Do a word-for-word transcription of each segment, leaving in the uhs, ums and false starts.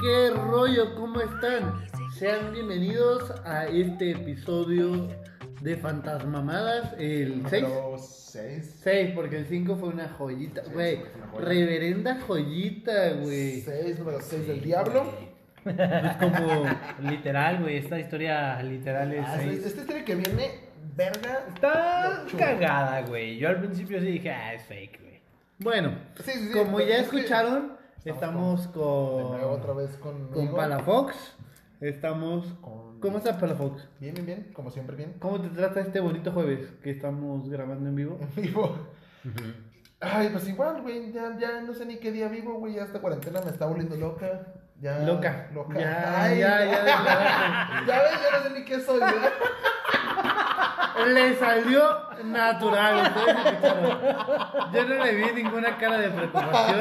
¿Qué rollo? ¿Cómo están? Sean bienvenidos a este episodio de Fantasmamadas, el seis. seis. seis, porque el cinco fue una joyita, güey. Sí, una joya. Reverenda joyita, güey. seis, número seis del diablo. Es como... Literal, güey, esta historia literal es Ah, seis. esta historia que viene, verga. Está Chula. cagada, güey. Yo al principio sí dije, ah, es fake, güey. Bueno, Sí, sí, sí, como pero ya es que escucharon, estamos De con... nuevo otra vez conmigo. Con Palafox. Estamos... Con- ¿Cómo estás, Palafox? Bien, bien, bien, como siempre bien. ¿Cómo te trata este bonito jueves que estamos grabando en vivo? En vivo. Ay, pues igual, güey, ya, ya no sé ni qué día vivo, güey, ya esta cuarentena me está volviendo loca. Ya, Loca. Loca. Ya, Ay, ya, ya, ya. Ya ves, ya no sé ni qué soy, güey. Le salió natural, ustedes escucharon. Yo no le vi ninguna cara de preocupación.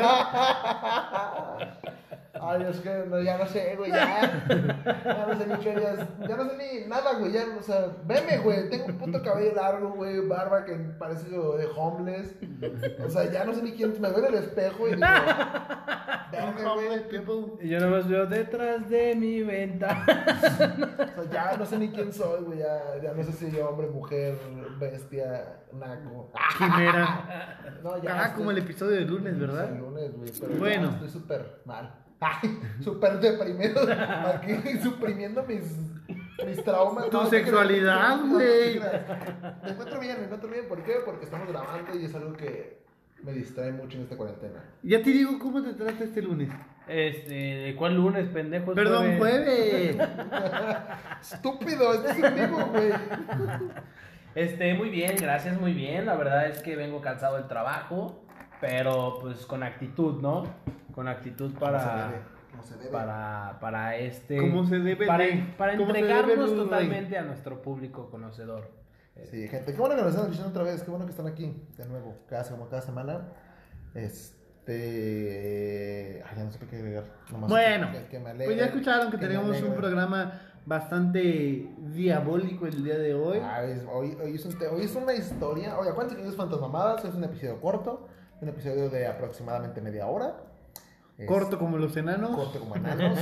Ay, es que no, ya no sé, güey, ya. Ya no sé ni qué días. Ya no sé ni nada, güey. Ya, o sea, veme, güey. Tengo un puto cabello largo, güey. Barba que parece de homeless. O sea, ya no sé ni quién. Me veo en el espejo y digo. Verga, güey. Y yo nomás veo detrás de mi ventana. O sea, ya no sé ni quién soy, güey. Ya, ya no sé si hombre, mujer, bestia, naco. Quimera. No, ya. Ah, estoy- como el episodio de lunes, ¿verdad? El lunes, güey. Pero Bueno. ya estoy súper mal. Ay, súper deprimido. Aquí suprimiendo mis, mis traumas. Tu No, no te sexualidad, creas, no te güey. creas. Me encuentro bien, me encuentro bien. ¿Por qué? Porque estamos grabando y es algo que me distrae mucho en esta cuarentena. Ya te digo cómo te trata este lunes. Este, ¿de cuál lunes, pendejo? Perdón, jueves. Estúpido, esto es en vivo, güey. Este, muy bien, gracias, muy bien. La verdad es que vengo cansado del trabajo, pero pues con actitud, ¿no? Con actitud para... ¿Cómo se debe? Para, para este... Como se debe Para, de- para como se entregarnos debe, Luz, totalmente a nuestro público conocedor. Sí, gente, qué bueno que nos están escuchando otra vez, qué bueno que están aquí de nuevo, cada, como cada semana. Este. Ay, ya no sé qué agregar. Nomás Bueno, que, que me alegre, pues ya escucharon que me tenemos un alegre. programa bastante diabólico el día de hoy. Ah, es- hoy, hoy, es un te- hoy es una historia. Oye, acuérdense que es Fantasmamadas, es un episodio corto, un episodio de aproximadamente media hora. Es Corto como los enanos. Corto como enanos.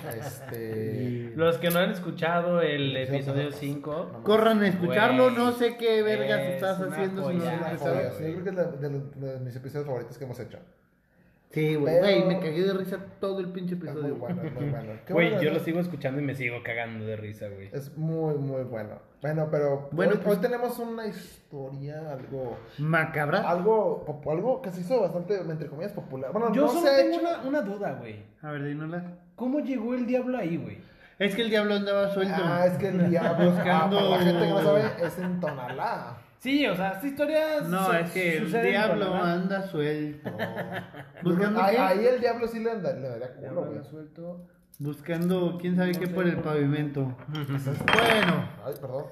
este. Los que no han escuchado el Sí, episodio sí. cinco, No, Corran a escucharlo, Güey, no sé qué vergas es estás una haciendo si no joya, lo Una has güey. empezado. joya, sí, yo creo que es de, de- de mis episodios favoritos que hemos hecho. Sí, güey, Pero- güey, me cagué de risa todo el pinche Es muy episodio. bueno, es muy bueno. Qué güey, bueno que yo lo nos- sigo escuchando y me sigo cagando de risa, güey. Es muy, muy bueno. Bueno, pero Bueno, hoy, pues- hoy tenemos una historia, algo, Macabra. algo, pop- algo que se hizo bastante, entre comillas, popular. Bueno, Yo no solo se ha tengo hecho. una, una duda, güey. A ver, dínosla. ¿Cómo llegó el diablo ahí, güey? Es que el diablo andaba suelto. Ah, es que el diablo, Buscando- ah, para la gente que no sabe, es en Tonalá. Sí, o sea, esta historia... No, su- es que el sucede en diablo Tonalá. anda suelto. ¿Buscando ahí, qué? ahí el diablo sí le, anda, le daría culo, Diablo güey. anda suelto. Buscando quién sabe No qué sé, por el güey. pavimento. Bueno, Ay, perdón.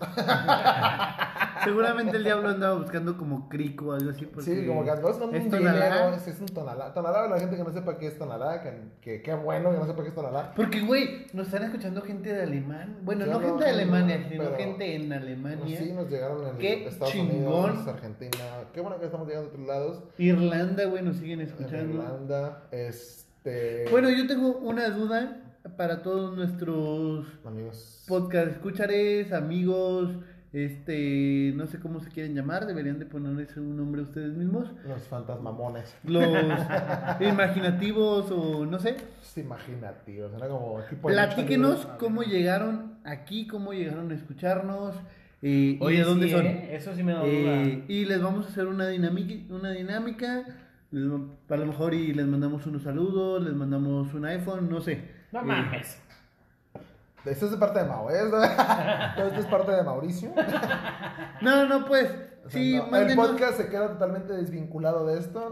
seguramente el diablo andaba buscando como crico o algo así. Porque Sí, como que andó con es un Tonalá. dinero, es, es un Tonalá. Tonalá, la gente que no sepa qué es Tonalá, que, que qué bueno que no sepa qué es Tonalá. Porque, güey, nos están escuchando gente de Alemania. Bueno, Ya no no, gente de gente Alemania, no, sino pero- gente en Alemania. Sí, nos llegaron en Qué Estados chingón. Unidos, Argentina. Qué bueno que estamos llegando a otros lados. Irlanda, güey, nos siguen En escuchando. Irlanda, este. Bueno, yo tengo una duda para todos nuestros amigos. podcast escuchares, amigos, este, no sé cómo se quieren llamar, deberían de ponerles un nombre ustedes mismos. Los fantasmamones. Los imaginativos o no sé. Es imaginativo, era como equipo de lucha Platíquenos libre. cómo llegaron aquí, cómo llegaron a escucharnos eh, y Oye, de dónde sí, son. ¿eh? Eso sí me da duda. Eh, y les vamos a hacer una dinámica, una dinámica. les va- A lo mejor y les mandamos unos saludos, les mandamos un iPhone, no sé. No Eh, mames. Esto es de parte de Mau, ¿eh? Todo esto es parte de Mauricio. No, no, pues. O sea, Sí, no, el mándenos. podcast se queda totalmente desvinculado de esto.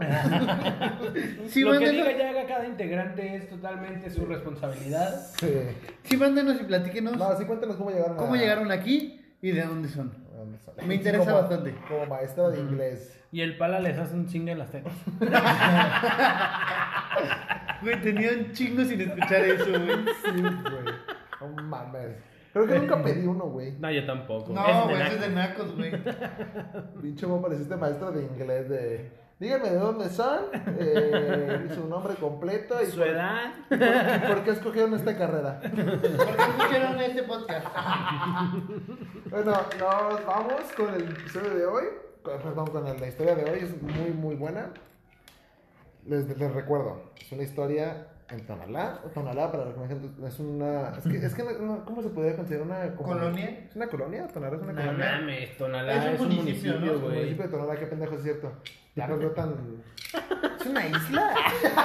Sí, Lo que mándenos. diga y haga cada integrante es totalmente su responsabilidad. Sí. Sí, mándenos y platíquenos No, sí, cuéntanos cómo llegaron cómo a- llegaron aquí y de dónde son. a dónde salen. Me interesa Como- bastante. Como maestra de inglés. Y el pala les hace un chinga en las tetas. Güey, tenía un chingo sin escuchar eso, güey. Sí, güey. No mames. Creo que nunca pedí uno, güey. No, yo tampoco. No, Es de güey, naco. ese es de nacos, güey. Pinche vos pareciste maestra de inglés de. Díganme de dónde son, eh, su nombre completo y Su por, edad. y por, y por qué escogieron esta carrera. ¿Por qué escucharon este podcast? Bueno, nos vamos con el episodio de hoy. Con- Perdón, con la historia de hoy. Es muy, muy buena. Les, les recuerdo, es una historia en Tonalá. Tonalá, para los que me dicen, es una. Es que, es que no- ¿cómo se podría considerar una como- ¿Colonia? ¿Es una colonia? ¿Tonalá es una No colonia? mames, Tonalá Es un es un municipio, municipio, ¿no? El güey. municipio de Tonalá, qué pendejo, es cierto. Ya no veo tan. ¿Es una isla?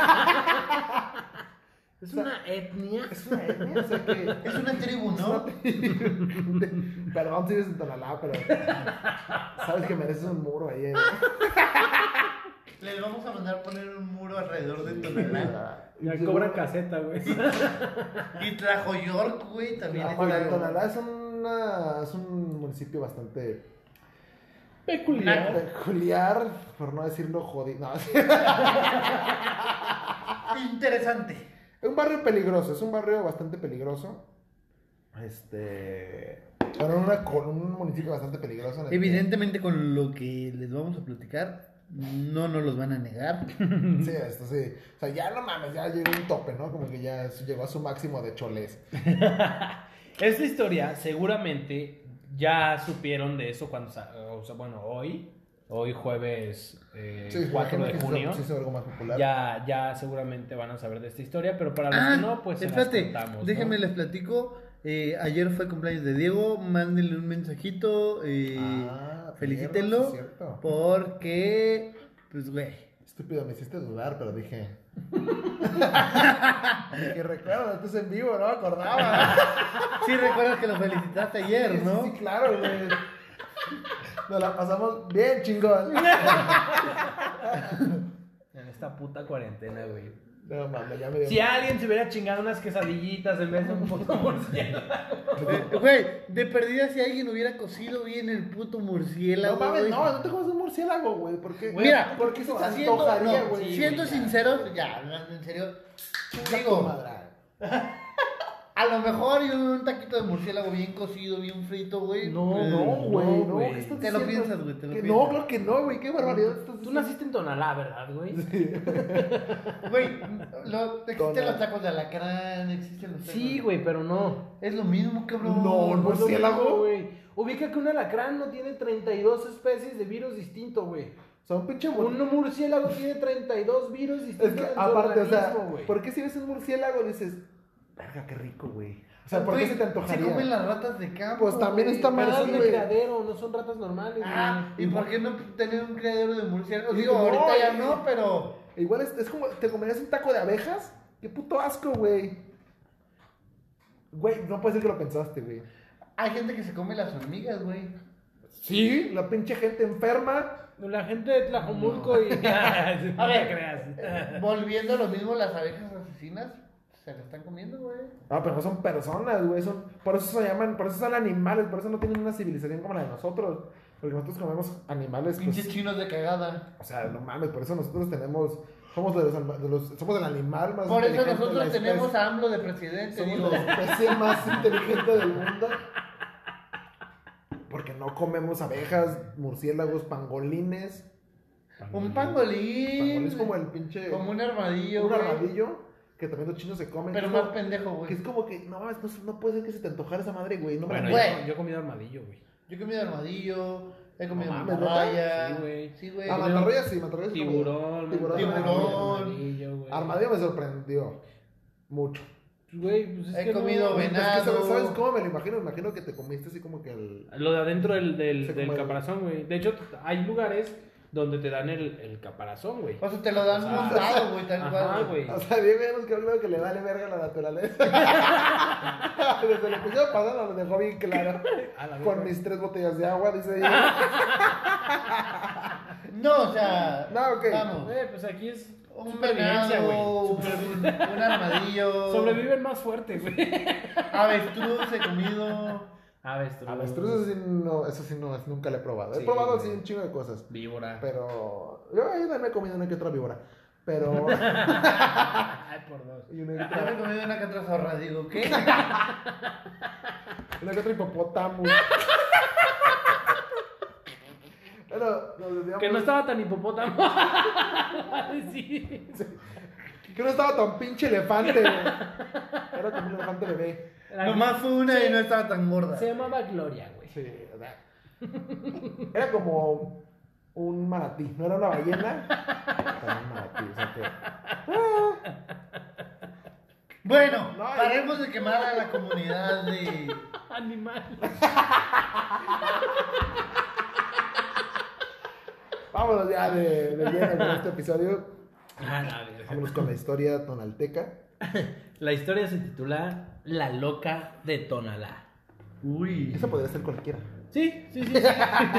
Es una etnia. Es una etnia, o sea que. Es una tribu, ¿no? Perdón si eres en Tonalá, pero. Sabes que mereces un muro ahí. ¿eh? Les vamos a mandar poner un muro alrededor de Tonalá. Ya cobran caseta, güey. Y Tlajo York, güey, también Ah, es bueno, algo. Tonalá es, una, es un municipio bastante Peculiar. peculiar, por no decirlo jodido. No, es Interesante. un barrio peligroso, es un barrio bastante peligroso. Este. Bueno, una, con un municipio bastante peligroso. en el que- Evidentemente con lo que les vamos a platicar, no nos los van a negar. Sí, esto sí. O sea, ya no mames, ya llegó un tope, ¿no? Como que ya llegó a su máximo de cholés. Esta historia seguramente ya supieron de eso cuando, sa- o sea, bueno, hoy, hoy jueves eh, Sí, cuatro de imagino que junio, Sí, es algo más popular. ya, ya seguramente van a saber de esta historia, pero para los Ah, que no, pues se las espérate, contamos, ¿no? déjenme les platico. Eh, ayer fue cumpleaños de Diego, mándenle un mensajito, eh, Ah, felicítenlo, sí es cierto. porque, pues, güey. Estúpido, me hiciste dudar, pero dije. dije, recuerdo, esto es en vivo, no me acordaba. Sí recuerdas que lo felicitaste ayer, Sí, ¿no? Sí, sí, claro, güey. Nos la pasamos bien, chingón. En esta puta cuarentena, güey. No mames, ya me dio. Si alguien se hubiera chingado unas quesadillitas en vez de un puto murciélago. Eh, Güey, de perdida si alguien hubiera cocido bien el puto murciélago. No mames, güey. no, no te comes un murciélago, güey. ¿Por qué? Mira, ¿por qué se te siendo, antojaría, no, güey? siendo Sí, güey, sincero, ya, hablando en serio, Chinga tu digo, madre. a lo mejor y un taquito de murciélago bien cocido, bien frito, güey. No, pues, No, güey, no. güey. ¿qué estás Te lo diciendo? piensas, güey, te lo Que piensas. No, claro que no, güey. Qué barbaridad estás Tú diciendo. naciste en Tonalá, ¿verdad, güey? Güey, lo- existen Con- los tacos de alacrán, existen los tacos. Sí, güey, pero no. Es lo mismo, cabrón. No, no es murciélago. güey. Ubica que un alacrán no tiene treinta y dos especies de virus distintos, güey. O sea, un pinche mur- Un murciélago tiene treinta y dos virus distintos Es que en su aparte, o sea, organismo, güey. ¿por qué si ves un murciélago dices, verga, qué rico, güey? O sea, ¿por Güey, qué se te antojaría? Se comen las ratas de campo. Pues también güey. está Pero mal, son de güey. criadero, no son ratas normales, Ah, güey. ¿y por qué no tener un criadero de murciélagos? Y Digo, no, ahorita ya y- no, pero. Igual es, es como, ¿te comerías un taco de abejas? Qué puto asco, güey. Güey, no puede ser que lo pensaste, güey. Hay gente que se come las hormigas, güey. Sí, la pinche gente enferma. La gente de Tlajomulco y... A a ver, creas. eh, volviendo a lo mismo, las abejas asesinas se la están comiendo, güey. Ah, pero no son personas, güey. Son, por eso se llaman, por eso son animales, por eso no tienen una civilización como la de nosotros. Porque nosotros comemos animales, Pinches pues, chinos de cagada. o sea, no mames, por eso nosotros tenemos, somos de los, alma- de los- somos el animal más Por eso inteligente de la nosotros especie. tenemos a AMLO de presidente, Somos digo. la especie más inteligente del mundo. Porque no comemos abejas, murciélagos, pangolines. Un pangolín. Pangolín es como el pinche. Como un armadillo, un güey. armadillo que también los chinos se comen. Pero que es más como- pendejo, Que es güey. como que, no mames, no, no puede ser que se te antojara esa madre, güey. No me Bueno, la- Güey. yo, yo he comido armadillo, güey. Yo he comido armadillo, he comido No mames, mantarraya. ¿neta? Sí, güey. Sí, güey. Ah, mantarraya sí, mantarraya sí. Tiburón, Tiburón. Tiburón. armadillo, güey. Armadillo me sorprendió mucho. Güey, pues es He que no- comido Es que, venado. ¿sabes, ¿sabes cómo me lo imagino? Me imagino que te comiste así como que el. Lo de adentro del, del, Sí, del como el- caparazón, güey. De hecho, hay lugares donde te dan el, el caparazón, güey. O sea, te lo dan O sea, montado, güey, tal Ajá, cual. güey. O sea, Diego ya nos quedó claro que le vale verga la naturaleza. Desde el episodio pasado lo dejó bien claro. A la Con verga. mis tres botellas de agua, dice ella. No, o sea. No, ok. Vamos. Güey, pues aquí es Un supervivencia, venado, güey. un, Super- un armadillo. Sobreviven más fuerte, güey. Avestruz he comido. Avestruz. Avestruz, eso sí, no, eso sí no, nunca lo he probado. He Sí, probado güey. así un chingo de cosas. Víbora. Pero yo ahí también he comido una que otra víbora. Pero. Ay, por dos. y una, que Yo me he otra, comido una que otra zorra, digo, ¿qué? una que otra hipopótamo. Bueno, nos desviamos. Que no estaba tan hipopótamo. Sí. Sí. Que no estaba tan pinche elefante. Era como un elefante bebé. Nomás fue una y no estaba tan gorda. Se llamaba Gloria, güey. Sí, o sea. Era como un manatí. No era una ballena. Era un manatí. O sea que. Bueno, No, paremos de quemar a la comunidad de... Animal. Vámonos ya de, de lleno con este episodio. Ah, la verga. Vámonos con la historia tonalteca. La historia se titula La loca de Tonalá. Uy. Eso podría ser cualquiera. Sí, sí, sí. sí.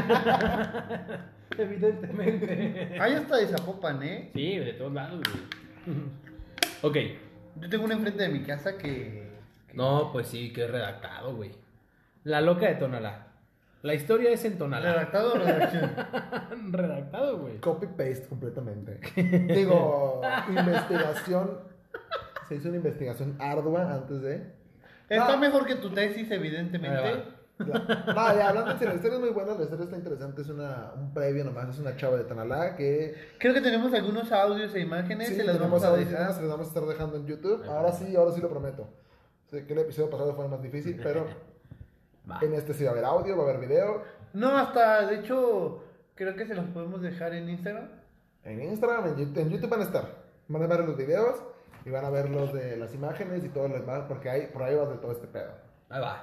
Evidentemente. Hay hasta de Zapopan, ¿eh? Sí, de todos lados, güey. Ok. Yo tengo una enfrente de mi casa que... que- No, pues sí, que es redactado, güey. La loca de Tonalá. La historia es en Tonalá. ¿Redactado o redacción? Redactado, güey. Copy-paste completamente. Digo, investigación. Se hizo una investigación ardua antes de. Está No. mejor que tu tesis, Ahí evidentemente. La- No, ya hablando en serio, la historia es muy buena, la historia está interesante. Es una, un previo nomás. Es una chava de Tonalá que. Creo que tenemos algunos audios e imágenes, Sí, se las tenemos vamos a audios, dejar. se las vamos a estar dejando en YouTube. Ahora sí, ahora sí lo prometo. Sé que el episodio pasado fue más difícil, pero Va. en este sí va a haber audio, va a haber video. No, hasta, de hecho, creo que se los podemos dejar en Instagram. En Instagram, en YouTube, en YouTube van a estar. Van a ver los videos y van a ver los de las imágenes y todo lo demás, porque hay pruebas de todo este pedo. Ahí va.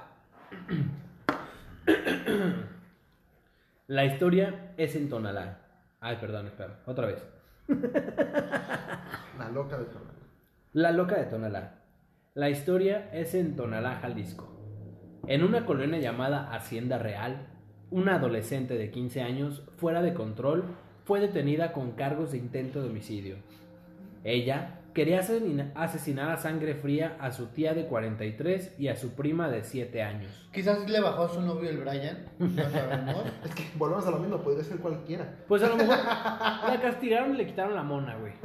La historia es en Tonalá. Ay, perdón, espera. Otra vez. La loca de Tonalá. La loca de Tonalá. La historia es en Tonalá, Jalisco. En una colonia llamada Hacienda Real, una adolescente de quince años, fuera de control, fue detenida con cargos de intento de homicidio. Ella quería asesina- asesinar a sangre fría a su tía de cuarenta y tres y a su prima de siete años. Quizás le bajó a su novio el Brian, no sabemos. Es que volvemos a lo mismo, podría ser cualquiera. Pues a lo mejor la castigaron y le quitaron la mona, güey.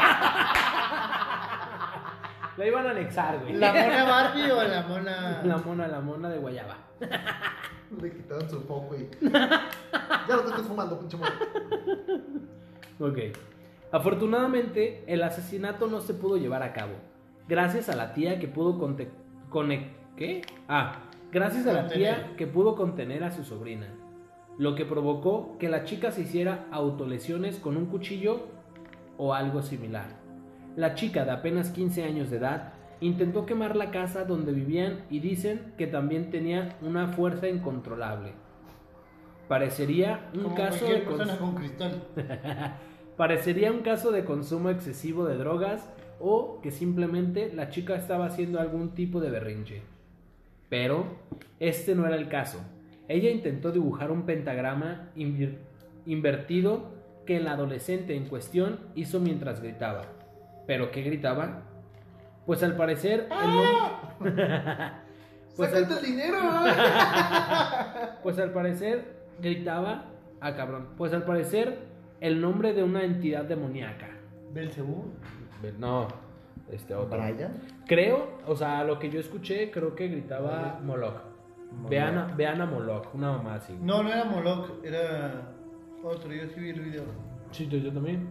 La iban a anexar, güey. ¿La mona Barbie o la mona...? La mona, la mona de guayaba. Le quitaron su foco y. Ya no te estés fumando, pinche mono. Ok. Afortunadamente, el asesinato no se pudo llevar a cabo. Gracias a la tía que pudo conte- cone- ¿Qué? Ah, gracias a la Contener. tía que pudo contener a su sobrina. Lo que provocó que la chica se hiciera autolesiones con un cuchillo o algo similar. La chica de apenas quince años de edad intentó quemar la casa donde vivían y dicen que también tenía una fuerza incontrolable. Parecería un Como caso cualquier de persona cons- con cristal. Parecería un caso de consumo excesivo de drogas o que simplemente la chica estaba haciendo algún tipo de berrinche. Pero este no era el caso. Ella intentó dibujar un pentagrama invir- invertido que el adolescente en cuestión hizo mientras gritaba. ¿Pero qué gritaba? Pues al parecer el nombre... pues, al... ¡Sácate el dinero! pues al parecer gritaba... Ah, cabrón. Pues al parecer el nombre de una entidad demoníaca. ¿Belcebú? No, este otro. ¿Brian? Creo, o sea, lo que yo escuché, creo que gritaba Moloch. Moloch. Vean a, vean a Moloch, una mamá así. No, no era Moloch, era otro, yo sí vi el video. Sí, yo, yo también.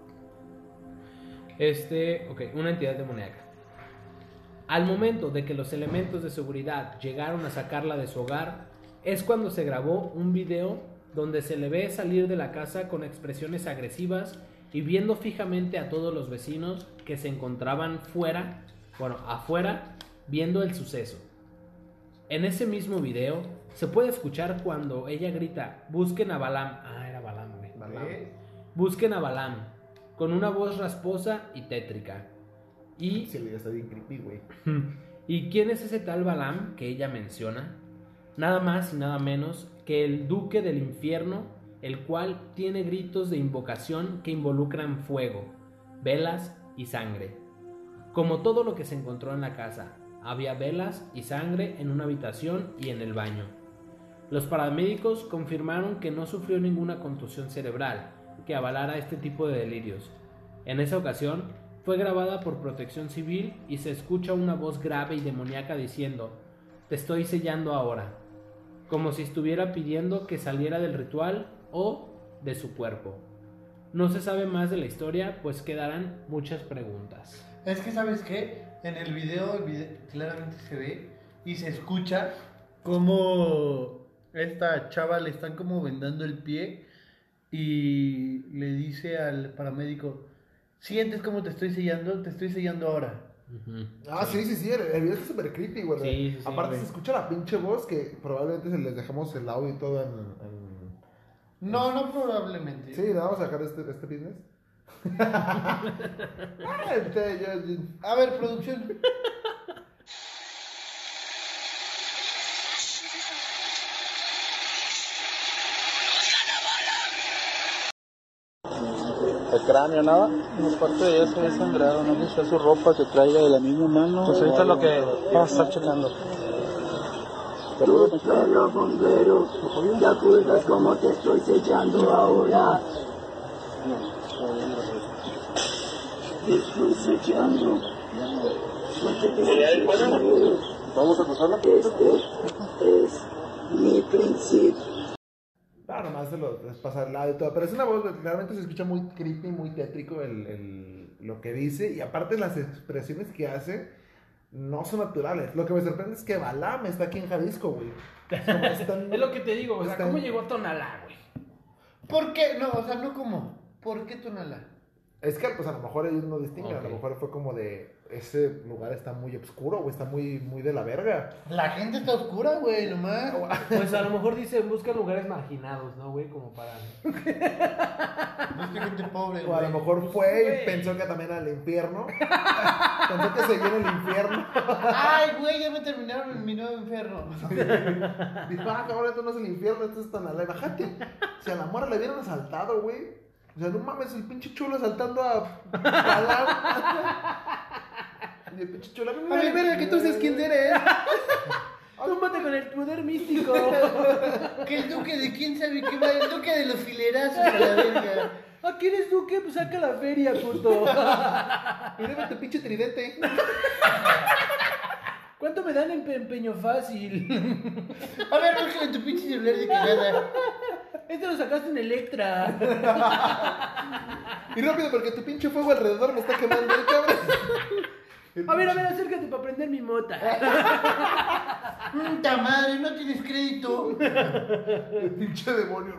Este, ok, una entidad demoníaca. Al momento de que los elementos de seguridad llegaron a sacarla de su hogar, es cuando se grabó un video donde se le ve salir de la casa con expresiones agresivas y viendo fijamente a todos los vecinos que se encontraban fuera, bueno, afuera, viendo el suceso. En ese mismo video se puede escuchar cuando ella grita, busquen a Balaam. Ah, era Balaam, güey. Balaam. Busquen a Balaam, con una voz rasposa y tétrica. Y, Sí, el video está bien creepy, güey. ¿y quién es ese tal Balaam que ella menciona? Nada más y nada menos que el duque del infierno, el cual tiene gritos de invocación que involucran fuego, velas y sangre. Como todo lo que se encontró en la casa, había velas y sangre en una habitación y en el baño. Los paramédicos confirmaron que no sufrió ninguna contusión cerebral que avalara este tipo de delirios. En esa ocasión fue grabada por Protección Civil y se escucha una voz grave y demoníaca diciendo: "Te estoy sellando ahora", como si estuviera pidiendo que saliera del ritual o de su cuerpo. No se sabe más de la historia, pues quedarán muchas preguntas. Es que, ¿sabes qué? En el video, el video claramente se ve y se escucha cómo esta chava le están como vendando el pie y le dice al paramédico, ¿sientes cómo te estoy sellando? Te estoy sellando ahora. Uh-huh. Ah, sí, sí, sí, el, el video está súper creepy, güey. Sí, sí, sí, Aparte güey. se escucha la pinche voz que probablemente se les dejamos el audio y todo en... en... No, no probablemente. Sí, le vamos a sacar este, este business. Ah, este, yo- yo- A ver, producción. El cráneo, nada. Una parte de ella se ha sangrado, no sé si es su ropa que traiga de la misma mano. Pues ahorita es lo que vamos a estar checando. Tú solo bombero, ¿te acuerdas cómo te estoy sellando ahora? Te estoy sellando. Porque te estoy sellando. ¿Vamos a pasarla? Este es mi principio. Ah, nomás se lo es pasar al lado y todo. Pero es una voz, realmente se escucha muy creepy, muy tétrico el, el, lo que dice. Y aparte las expresiones que hace no son naturales. Lo que me sorprende es que Balam está aquí en Jalisco, güey. Es como están- Es lo que te digo, o sea, están- ¿cómo llegó a Tonalá, güey? ¿Por qué? No, o sea, no como. ¿Por qué Tonalá? Es que pues a lo mejor ellos no distinguen, Ok. a lo mejor fue como de, ese lugar está muy oscuro, güey, está muy, muy de la verga. La gente está oscura, güey, nomás. Pues a lo mejor dice, busca lugares marginados, ¿no, güey? Como para... Busca gente pobre, O a güey. lo mejor fue y güey. pensó que también era el infierno. Pensó que seguía en el infierno. Ay, güey, ya me terminaron en mi nuevo infierno. Dijo, ah, cabrón, esto no es el infierno, esto es Tonalá. Bájate. Si a la morra le hubieran asaltado, güey. O sea, no mames, el pinche chulo asaltando a Balam. Y el pinche chulo, a mí me A ver, verga, que tú sabes quién eres. Túmbate con el poder místico. Que el duque de quién sabe qué va, el duque de los filerazos a la verga. ¿Ah, quieres duque? Pues saca la feria, puto. Y debe tu pinche tridente. ¿Cuánto me dan en pe- empeño fácil? A ver, búscame tu pinche celular de cagada. Este lo sacaste en Electra. Y rápido, porque tu pinche fuego alrededor me está quemando, ¿eh, cabrón? A ver, a ver, acércate para prender mi mota. Puta madre, no tienes crédito. El pinche demonio.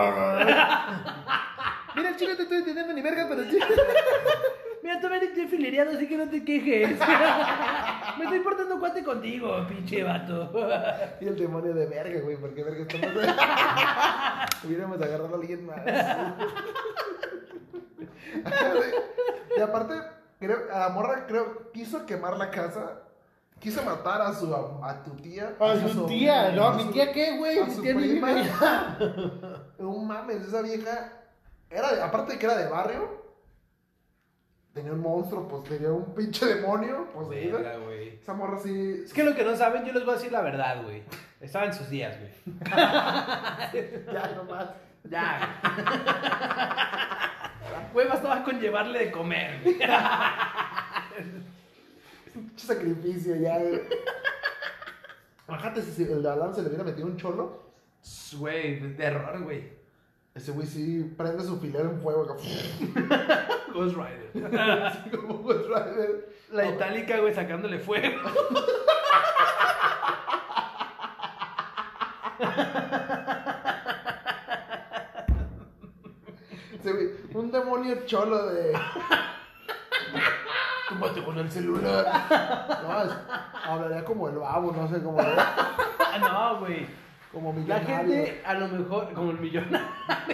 Mira, el chico te estoy entendiendo ni verga, pero sí. Mira, tú eres estoy filereado, así que no te quejes. Me estoy portando cuate contigo, pinche vato. Y el demonio de verga, güey, porque verga estamos. Hubiéramos agarrado a alguien más. Y aparte, creo, a la morra creo quiso quemar la casa. Quiso matar a su a, a tu tía. A su tía, no, a mi su- tía qué, güey. A Mi su tía ni prima. vive allá. No mames, esa vieja. Era de- aparte de que era de barrio. Tenía un monstruo, pues tenía un pinche demonio. Pues Verga, güey. esa morra sí. Es que lo que no saben, yo les voy a decir la verdad, güey. Estaba en sus días, güey. Ya nomás. Ya. Güey, bastaba con llevarle de comer, güey. Mucho sacrificio ya, güey. Bájate, si el de Alan se le hubiera metido un cholo. Güey, de terror, güey. Ese güey sí prende su filero en fuego. Acá. Ghost Rider. Así como Ghost Rider. La itálica, güey, sacándole fuego. Ese güey, un demonio cholo de. Túmbate con el celular. No, es- hablaría como el babo, no sé cómo. Ah, no, güey. Como La millonario. gente, a lo mejor, como el millonario.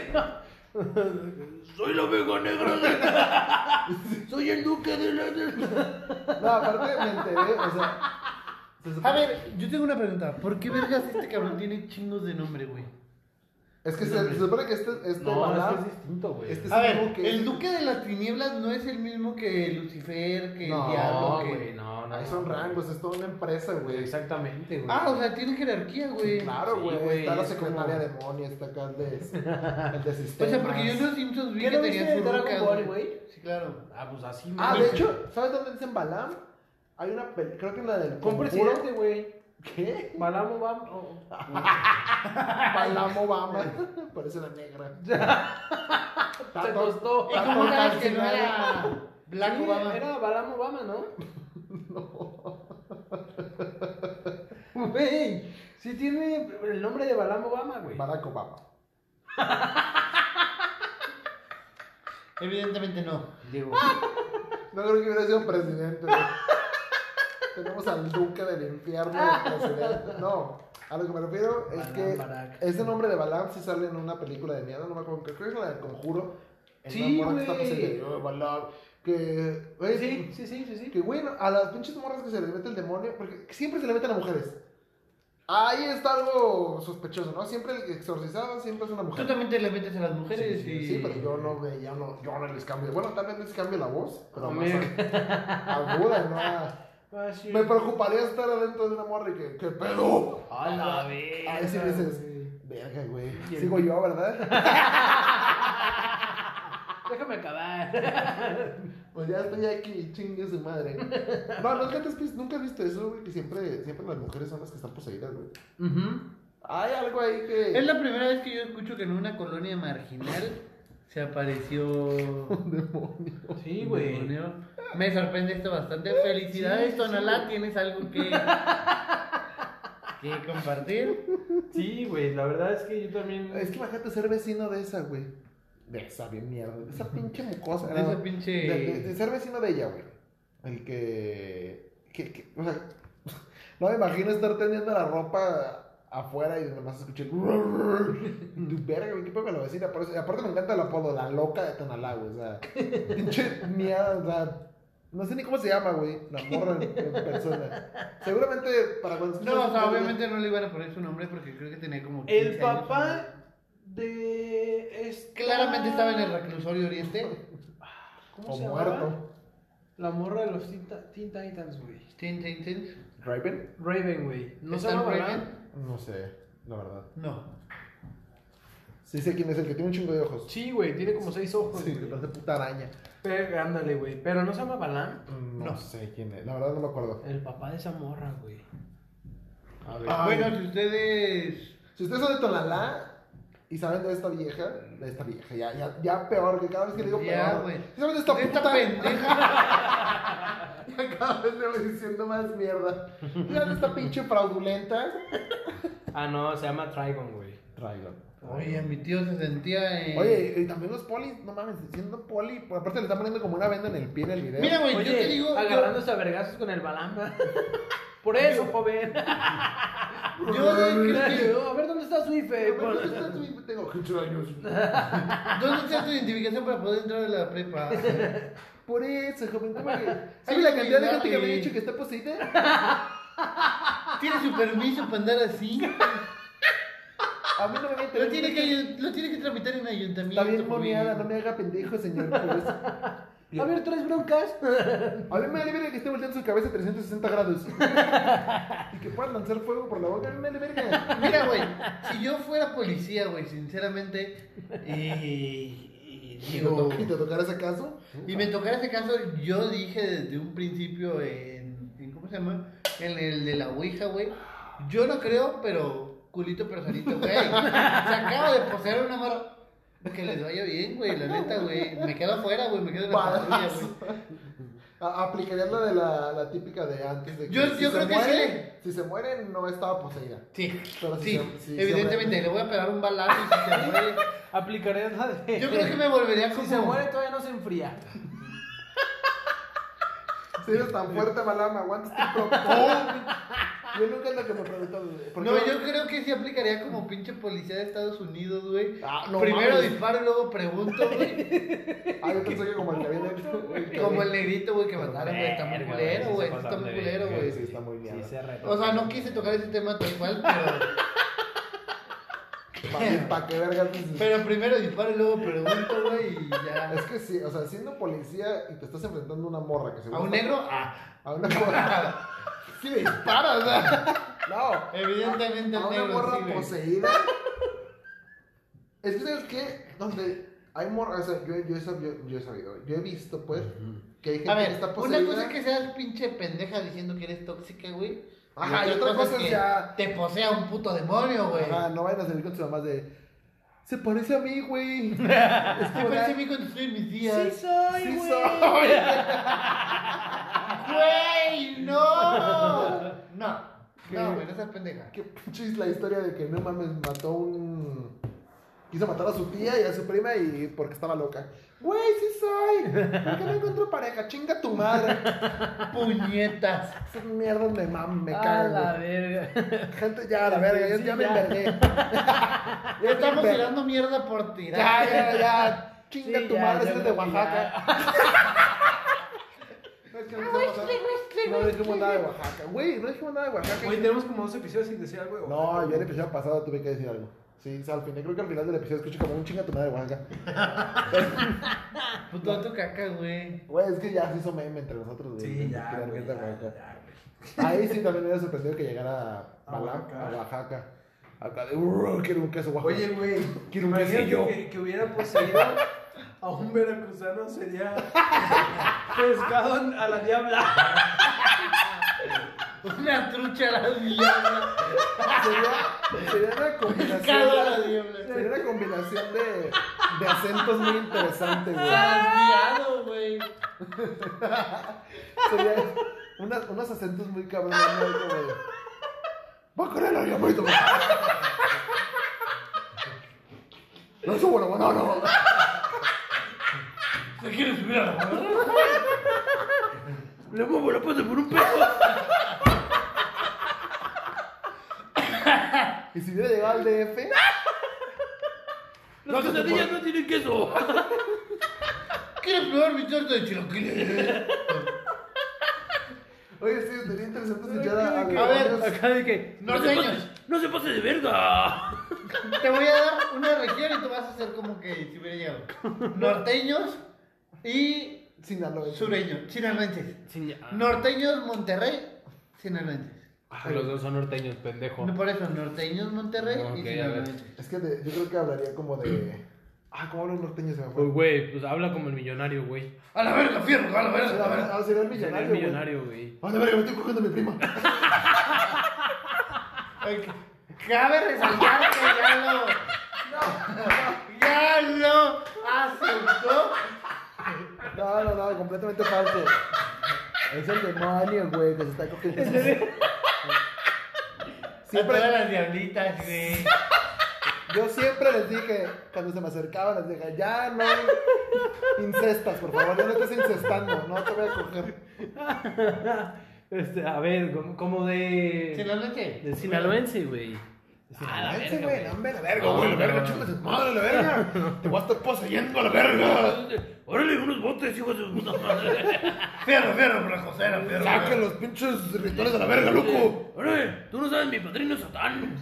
Soy la oveja negra de... Soy el duque de la... No, aparte me enteré, o sea. se supone- A ver, yo tengo una pregunta. ¿Por qué vergas este cabrón tiene chingos de nombre, güey? Es que se, se supone que este, este No, Balam- es que es distinto, güey. Este es A el ver, mismo que el duque de las tinieblas no es el mismo que Lucifer, que No, el diablo, No, que... güey, no, no. Ahí son no. rangos, es toda una empresa, güey. Exactamente, güey. Ah, o sea, tiene jerarquía, güey. Claro, Sí, güey. güey, está la es secretaria como- demonio, está acá el de, el de O sistemas. sea, porque yo en los Simpsons vi ¿Qué que no tenían viste su de Dragon ruca, Ball, güey. güey? Sí, claro. Ah, pues así, Ah, güey. de hecho, ¿sabes dónde dicen Balam? Hay una peli, creo que en la del Con Conjuro. presidente, güey. ¿Qué? Balam Obama. oh, Balam Obama. Parece la negra. Se costó. ¿Y cómo sabes que no era Black Sí, Obama? Era Balam Obama, ¿no? No. Güey, sí tiene el nombre de Balam Obama, güey. Barack Obama. Evidentemente no. Diego. No creo que hubiera sido presidente. güey. Tenemos al duque del infierno de presidente. No, a lo que me refiero es Balam, que Barack. ese nombre de Balam sí sale en una película de miedo, no me acuerdo, creo que es la del Conjuro. En Sí, una morra que está güey. poseída, "Oh, Balam", que, güey, Sí, sí, sí, sí, sí. que güey, a las pinches morras que se les mete el demonio, porque siempre se le meten a mujeres. Ahí está algo sospechoso, ¿no? Siempre el exorcizado siempre es una Tú mujer. también te le metes a las mujeres y... Sí, pero yo no, güey, yo no, yo no les cambio. Bueno, tal vez les cambio la voz, pero más Amigo. a- aguda, ¿no? A- Ah, sí. Me preocuparía estar adentro de una morra y que, ¿qué pedo? A la verga. Ahí sí dices, güey. verga, güey. Y el- Sigo yo, ¿verdad? Déjame acabar. Pues ya estoy aquí, chingue su madre. No, nunca, te has visto, nunca has visto eso, güey, que siempre, siempre las mujeres son las que están poseídas, güey. Ujú. Hay algo ahí que... Es la primera vez que yo escucho que en una colonia marginal se apareció Un demonio. Sí, un güey. demonio. Me sorprende esto bastante. Felicidades, Sí, Tonalá. sí. ¿Tienes algo que, que compartir? Sí, güey, la verdad es que yo también. Es que imagínate ser vecino de esa, güey. De esa, bien mierda. De esa pinche mucosa. De esa pinche- De, de- de ser vecino de ella, güey. El que, que, que... O sea, no me imagino estar tendiendo la ropa afuera y nomás escuché el... Tu verga, güey, qué pedo con la vecina. Por eso- aparte me encanta el apodo, la loca de Tonalá, güey. O sea, pinche mierda, o sea... No sé ni cómo se llama, güey. La morra en, en persona. Seguramente para cuando... No, o sea, obviamente no le iban a poner su nombre porque creo que tenía como El quince años, papá ¿no? de. Esta... Claramente estaba en el reclusorio oriente. ¿Cómo O se muerto. llama? La morra de los Teen, Teen Titans, güey. Tin, tin, tin. ¿Raven? Raven, güey. ¿No se ¿Está llama Raven? Balam? No sé, la verdad. No. Sí sé quién es el que tiene un chingo de ojos. Sí, güey, tiene como seis ojos. Sí, güey. que parece puta araña. Pero, ándale, güey. Pero no se llama Balam. No, No. sé quién es, la verdad no me acuerdo. El papá de esa morra, güey. A ver. Ay. Bueno, si ustedes. Si ustedes son de Tonalá y saben de esta vieja, de esta vieja, ya, ya, ya peor, que cada vez que digo Ya, peor. güey. ¿Sí saben de esta De puta esta pendeja. Ya cada vez le voy diciendo más mierda. Ya de esta pinche fraudulenta. Ah, no, se llama Trigon, güey. Traigan. Oye, mi tío se sentía en. Oye, y también los polis, no mames, siendo poli, pues, aparte le están poniendo como una venda en el pie en el video. Mira, güey, Oye, yo te digo. yo- agarrándose a vergazos con el Balam. Por eso, joven. Yo creo que- A ver, ¿dónde está su IFE? ¿Dónde está tu hijo? Tengo quince años. ¿Dónde está tu identificación para poder entrar a la prepa? Por eso, joven, ¿cómo que? Ay, ¿Sabe la cantidad de gente que me ha güey. dicho que está poseída? ¿Tiene su permiso para andar así? A mí no me mete. Lo tiene que, lo tiene que tramitar en ayuntamiento. Está bien joven. moneada, no me haga pendejo, señor. Por eso. A ver, tres broncas. A mí me vale verga que esté volteando su cabeza a trescientos sesenta grados. Y que puedan lanzar fuego por la boca, a mí me vale verga. Mira, güey, si yo fuera policía, güey, sinceramente, y, y ¿Y te digo, to- ¿Y te tocará ese caso? y me tocara ese caso, yo dije desde un principio en, en ¿cómo se llama? En el de la Ouija, güey, yo no creo, pero culito pero sanito, güey, se acaba de poseer una morra. Que les vaya bien, güey, la neta, güey, me quedo afuera, güey, me quedo en la patrulla, Balazo. güey. A- Aplicarías la de la, la típica de antes de que Yo- si yo se creo que muere, si se muere no estaba poseída. Sí, Pero si sí, se- si se evidentemente, muere. le voy a pegar un balazo y si se muere, Aplicaré la de. yo creo que me volvería como... Si se muere, todavía no se enfría. Si eres tan fuerte, Balam, aguantas tu propio. Yo nunca es lo que me pregunto. ¿por qué No, yo creo que sí aplicaría como pinche policía de Estados Unidos, güey. Ah, no Primero mames. disparo y luego pregunto, güey. Ah, yo pensé que como el que había dentro. Como el negrito, güey, que mataron, güey. Está muy Verga, culero, güey, güey. sí se Está pasaron muy de culero, verga, güey. Sí, está muy bien. Sí, se retó. O sea, no quise tocar ese tema tal cual, pero... ¿Para qué verga dices? Pero primero disparo y luego pregunto, güey, y ya. Es que sí, o sea, siendo policía y te estás enfrentando a una morra que se ¿A un negro? Ah. A una morra. Sí le disparas, o sea. No. Evidentemente A el una negro morra sí, güey. poseída. Es que, ¿sabes qué? Donde hay morras, o sea, yo, yo, he sabido, yo he sabido, yo he visto, pues, que hay gente A que ver, está una poseída. cosa es que seas pinche pendeja diciendo que eres tóxica, güey. Ajá, y otra cosa es ya... te posea un puto demonio, güey. Ajá, no vayan a salir con sus mamás de... Se parece a mí, güey. Es que parece a mí cuando estoy en mis días. Sí soy, Sí güey. soy. ¡Güey, no! No, ¿Qué? no, güey, no seas pendeja. Qué pinche es la historia de que no mames mató un... Quiso matar a su tía y a su prima y porque estaba loca. Güey, sí soy. ¿Por qué no encuentro pareja? Chinga tu madre. Puñetas. Esas mierdas me maman, me A cagan, la güey. verga. Gente, ya, a la verga, ya, Sí, ya me ya. envergué. Ya me estamos envergué. tirando mierda por tirar. Ya, ya, ya. Chinga Sí, tu ya, madre, ya ese es de lo- Oaxaca. No, es que no dijimos- no dijimos nada de Oaxaca. Güey, no dijimos nada de Oaxaca. Güey, tenemos como dos episodios sin decir algo. de No, Oaxaca. yo en el episodio pasado tuve que decir algo. Sí, o sea, al final, creo que al final del episodio escuché como un chinga tu madre de Oaxaca. Puto tu caca, güey. Güey, es que ya se hizo meme entre nosotros, güey. Sí, de ya, tirar güey, mierda ya, a Oaxaca. ya, güey. Ahí sí también me hubiera sorprendido que llegara A Balam Oaxaca. a Oaxaca. Acá de, "Urr, quiero un queso Oaxaca". Oye, güey, Quiero un imagínate quesillo. que, que hubiera poseído a un veracruzano, sería pescado a la diabla. Una trucha a la diabla. Sería, sería una combinación. Pescado a la diabla. Sería una combinación de, de acentos muy interesante, güey. Sandiado, güey. Sería una- unos acentos muy cabrones, ¿no? Como de, va a querer la diablita. No es bueno, bueno, no. ¿Se quiere subir a la barra? Le muevo la pata por un peso. Y si hubiera llegado al D F, Las quesadillas no tienen queso. ¿Quieres probar mi torta de chilaquiles? oye, sí, sería interesante escuchar a, a, A ver, los- Acá de que. Norteños. No se pase de verga. Te voy a dar una región y tú vas a hacer como que si hubiera llegado. Norteños y Sinaloa. sureños, sinaloenses. Sí, Norteños, Monterrey, sinaloenses. ah, los dos son norteños, pendejo. No, por eso, norteños, Monterrey Ok, y a ver. sinaloenses. Es que de- yo creo que hablaría como de. Ah, ¿cómo hablan norteños? Se me fue. Pues, güey, pues habla como el millonario, güey. A la verga, fierro, a la verga, a la verga. Ah, sería el Sería millonario. el güey. millonario, güey. A la verga, me estoy cogiendo a mi prima. Ok. Cabe resaltar que ya lo. Ya lo aceptó. No, no, no, completamente falso. Es el demonio, güey, que se está cogiendo. A Siempre, todas las diablitas, güey. yo siempre les dije, cuando se me acercaban, les dije, ya no incestas, por favor, ya no estés incestando, no te voy a coger. Este, a ver, como, como de. Sinaloense. De sinaloense, güey. Ah, la verga, güey, no, hombre, la verga, No, güey, la no, verga, no. chingas de madre, la verga. Te voy a estar poseyendo a la verga. Órale, unos botes, hijos de su puta madre. Fierro, fierro, flacosera, fierro. Saquen los pinches rituales de la verga, loco. Órale, tú no sabes, mi padrino es Satán.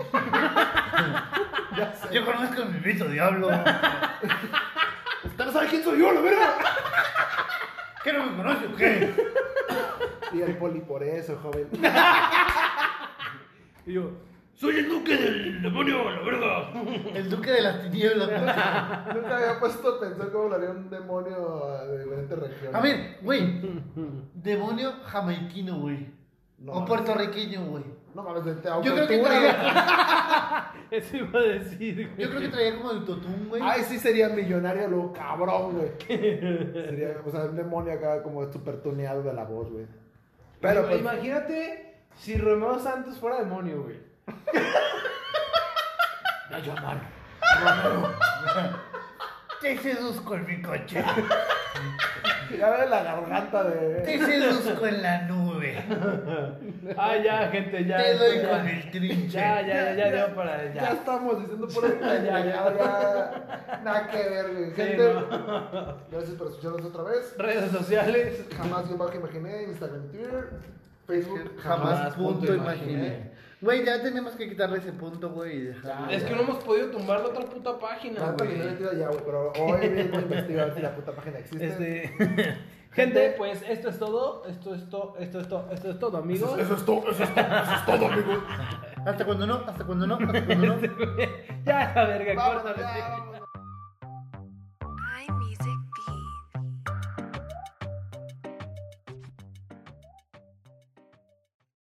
Ya sé. Yo conozco a mi pito diablo. Usted no sabe quién soy yo, la verga. ¿Qué no me conoce o qué? Y el poli por eso, joven. Y yo, soy el duque del demonio, la verga. El duque de las tinieblas. güey. Nunca había puesto a pensar cómo hablaría un demonio de diferentes regiones. A ver, güey. Demonio jamaiquino, güey. No, O puertorriqueño, güey. No mames, vente a Yo creo que autotune. traía. Eso iba a decir, güey. Yo creo que traía como autotune, güey. Ay, sí sería millonario, lo cabrón, güey. Sería, o sea, un demonio acá como súper tuneado de la voz, güey. Pero, Pero pues, imagínate si Romeo Santos fuera demonio, güey. Me llaman. Te seduzco en mi coche. ya ves la garganta Te de... seduzco en la nube. Ah, ya, gente, ya. Te doy ya. con el trinche. Ya, ya, ya, ya, para Ya ya. estamos diciendo por ahí. Ya, ya. ya. Nada que ver, güey. Sí, Gente, no. gracias por escucharnos otra vez. Redes sociales. Jamás yo bajo imaginé, Instagram y Twitter, Facebook. Jamás Jamás punto punto imaginé. imaginé. Güey, ya tenemos que quitarle ese punto, güey, y dejarlo. Es que no hemos podido tumbar la otra puta página, La página güey. metida ya, güey, pero hoy mismo investigar a ver si la puta página existe. Este. Gente, pues esto es todo. Esto es todo. Esto es todo. Esto es todo, amigos. Eso es todo, eso es todo, eso es todo, amigo. Hasta cuando no, hasta cuando no, hasta cuando no. Ya, la verga, Vámonos, córtale. ya, vámonos.